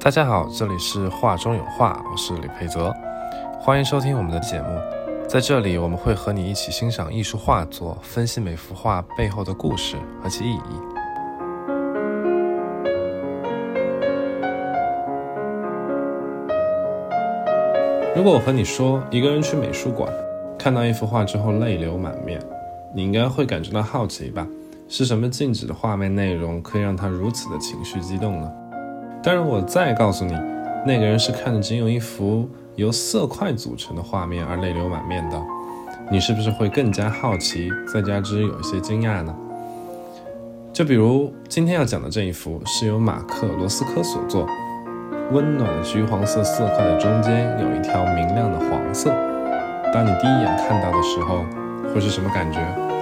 大家好，这里是画中有画，我是李培泽，欢迎收听我们的节目。在这里，我们会和你一起欣赏艺术画作，分析每幅画背后的故事和其意义。如果我和你说，一个人去美术馆，看到一幅画之后泪流满面，你应该会感觉到好奇吧？是什么静止的画面内容可以让他如此的情绪激动呢？当然，我再告诉你，那个人是看着仅有一幅由色块组成的画面而泪流满面的，你是不是会更加好奇，再加之有一些惊讶呢？就比如今天要讲的这一幅，是由马克·罗斯科所作，温暖的橘黄色色块的中间有一条明亮的黄色，当你第一眼看到的时候，会是什么感觉？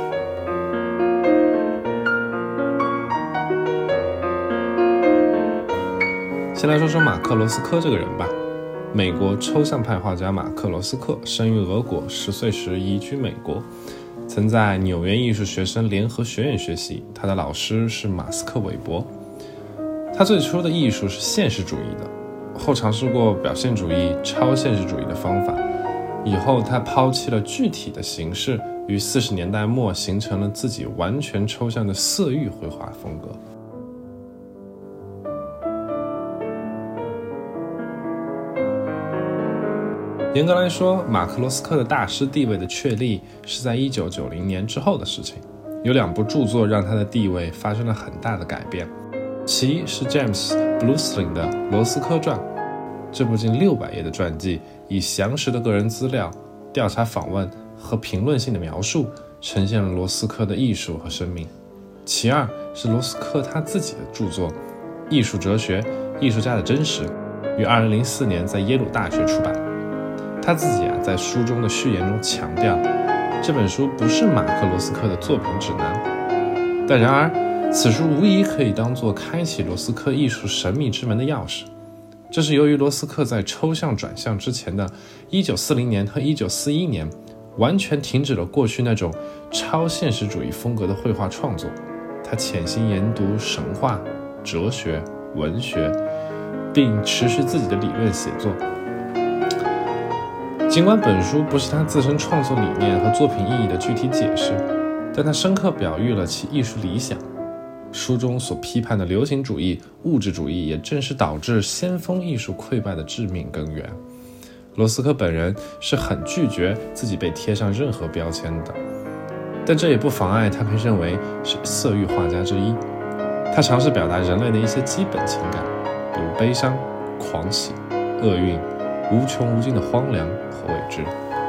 先来说说马克·罗斯科这个人吧。美国抽象派画家马克·罗斯科生于俄国，10岁时移居美国，曾在纽约艺术学生联合学院学习，他的老师是马斯克·韦伯。他最初的艺术是现实主义的，后尝试过表现主义、超现实主义的方法，以后他抛弃了具体的形式，于40年代末形成了自己完全抽象的色域绘画风格。严格来说，马克·罗斯科的大师地位的确立是在1990年之后的事情。有2部著作让他的地位发生了很大的改变，其一是 James Bluestling 的《罗斯科传》，这部近600页的传记，以详实的个人资料、调查访问和评论性的描述，呈现了罗斯科的艺术和生命。其二是罗斯科他自己的著作《艺术哲学：艺术家的真实》，于2004年在耶鲁大学出版。他自己在书中的序言中强调，这本书不是马克·罗斯科的作品指南，但然而此书无疑可以当作开启罗斯科艺术神秘之门的钥匙。这是由于罗斯科在抽象转向之前的1940年和1941年完全停止了过去那种超现实主义风格的绘画创作，他潜心研读神话、哲学、文学，并持续自己的理论写作。尽管本书不是他自身创作理念和作品意义的具体解释，但他深刻表喻了其艺术理想。书中所批判的流行主义、物质主义，也正是导致先锋艺术溃败的致命根源。罗斯科本人是很拒绝自己被贴上任何标签的，但这也不妨碍他被认为是色域画家之一。他尝试表达人类的一些基本情感，比如悲伤、狂喜、厄运、无穷无尽的荒凉和未知。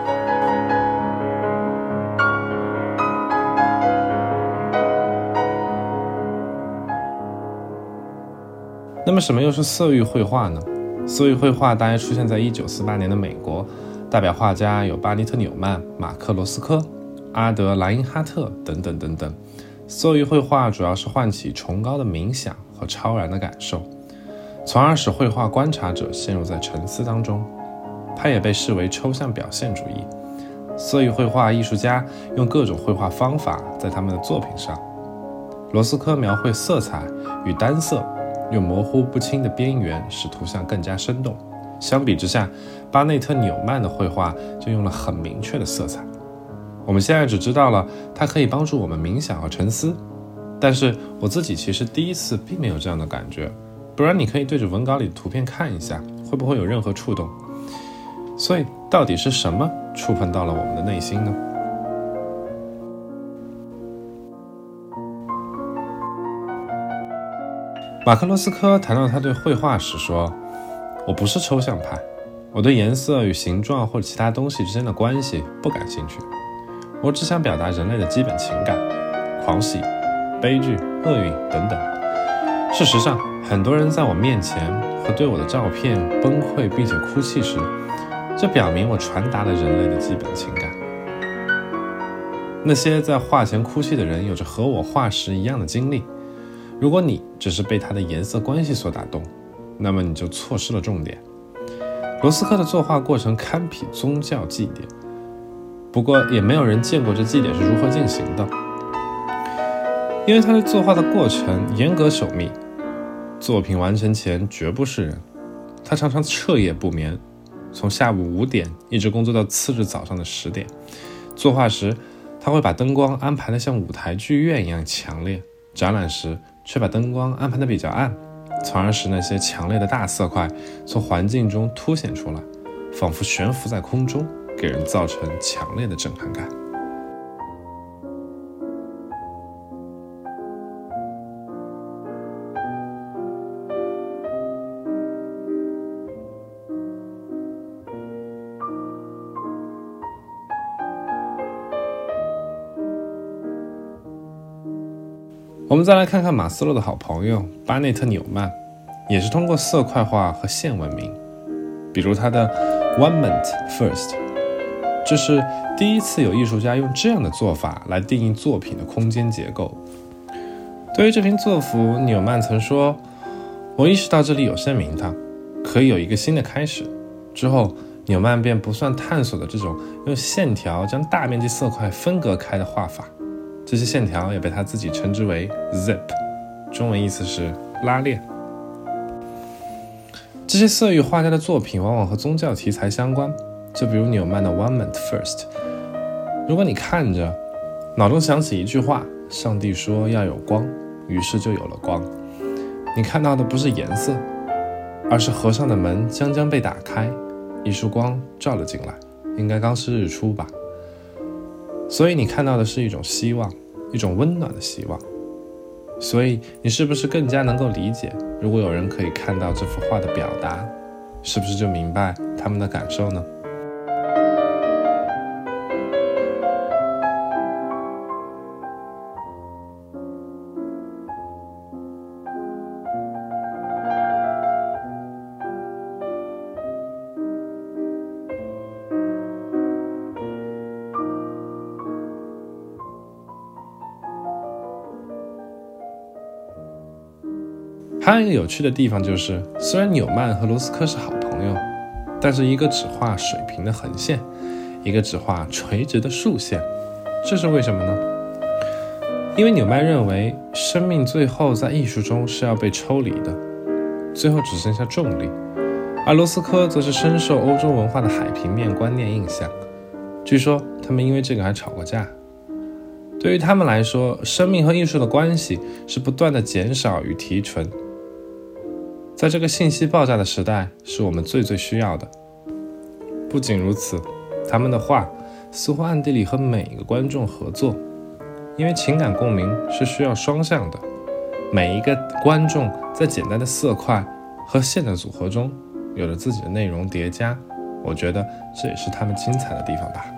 那么什么又是色域绘画呢？色域绘画大约出现在1948年的美国，代表画家有巴尼特·纽曼、马克·罗斯科、阿德·莱因哈特等等等等。色域绘画主要是唤起崇高的冥想和超然的感受，从而使绘画观察者陷入在沉思当中。它也被视为抽象表现主义。色域绘画艺术家用各种绘画方法在他们的作品上。罗斯科描绘色彩与单色，用模糊不清的边缘使图像更加生动。相比之下，巴内特·纽曼的绘画就用了很明确的色彩。我们现在只知道了它可以帮助我们冥想和沉思，但是我自己其实第一次并没有这样的感觉，不然你可以对着文稿里的图片看一下，会不会有任何触动？所以到底是什么触碰到了我们的内心呢？马克·罗斯科谈到他对绘画时说，我不是抽象派，我对颜色与形状或者其他东西之间的关系不感兴趣，我只想表达人类的基本情感，狂喜、悲剧、厄运等等。事实上，很多人在我面前和对我的照片崩溃并且哭泣时，这表明我传达了人类的基本情感。那些在画前哭泣的人有着和我画时一样的经历。如果你只是被它的颜色关系所打动，那么你就错失了重点。罗斯科的作画过程堪比宗教祭典，不过也没有人见过这祭典是如何进行的，因为他对作画的过程严格守密，作品完成前绝不示人。 他常常彻夜不眠，从下午5点一直工作到次日早上的10点。作画时，他会把灯光安排得像舞台剧院一样强烈，展览时却把灯光安排得比较暗，从而使那些强烈的大色块从环境中凸显出来，仿佛悬浮在空中，给人造成强烈的震撼感。我们再来看看马斯洛的好朋友巴内特·纽曼，也是通过色块画和线闻名。比如他的 One Moment First， 这是第一次有艺术家用这样的做法来定义作品的空间结构。对于这篇作幅，纽曼曾说：“我意识到这里有些名堂，可以有一个新的开始。”之后，纽曼便不算探索的这种用线条将大面积色块分隔开的画法。这些线条也被他自己称之为 zip， 中文意思是拉链。这些色域画家的作品往往和宗教题材相关，就比如纽曼的 One Moment First。 如果你看着，脑中想起一句话，上帝说要有光，于是就有了光。你看到的不是颜色，而是和尚的门将将被打开，一束光照了进来，应该刚是日出吧。所以你看到的是一种希望，一种温暖的希望。所以你是不是更加能够理解，如果有人可以看到这幅画的表达，是不是就明白他们的感受呢？还有一个有趣的地方就是，虽然纽曼和罗斯科是好朋友，但是一个只画水平的横线，一个只画垂直的竖线，这是为什么呢？因为纽曼认为生命最后在艺术中是要被抽离的，最后只剩下重力，而罗斯科则是深受欧洲文化的海平面观念印象，据说他们因为这个还吵过架。对于他们来说，生命和艺术的关系是不断的减少与提纯，在这个信息爆炸的时代，是我们最需要的。不仅如此，他们的画似乎暗地里和每一个观众合作，因为情感共鸣是需要双向的。每一个观众在简单的色块和线的组合中，有了自己的内容叠加，我觉得这也是他们精彩的地方吧。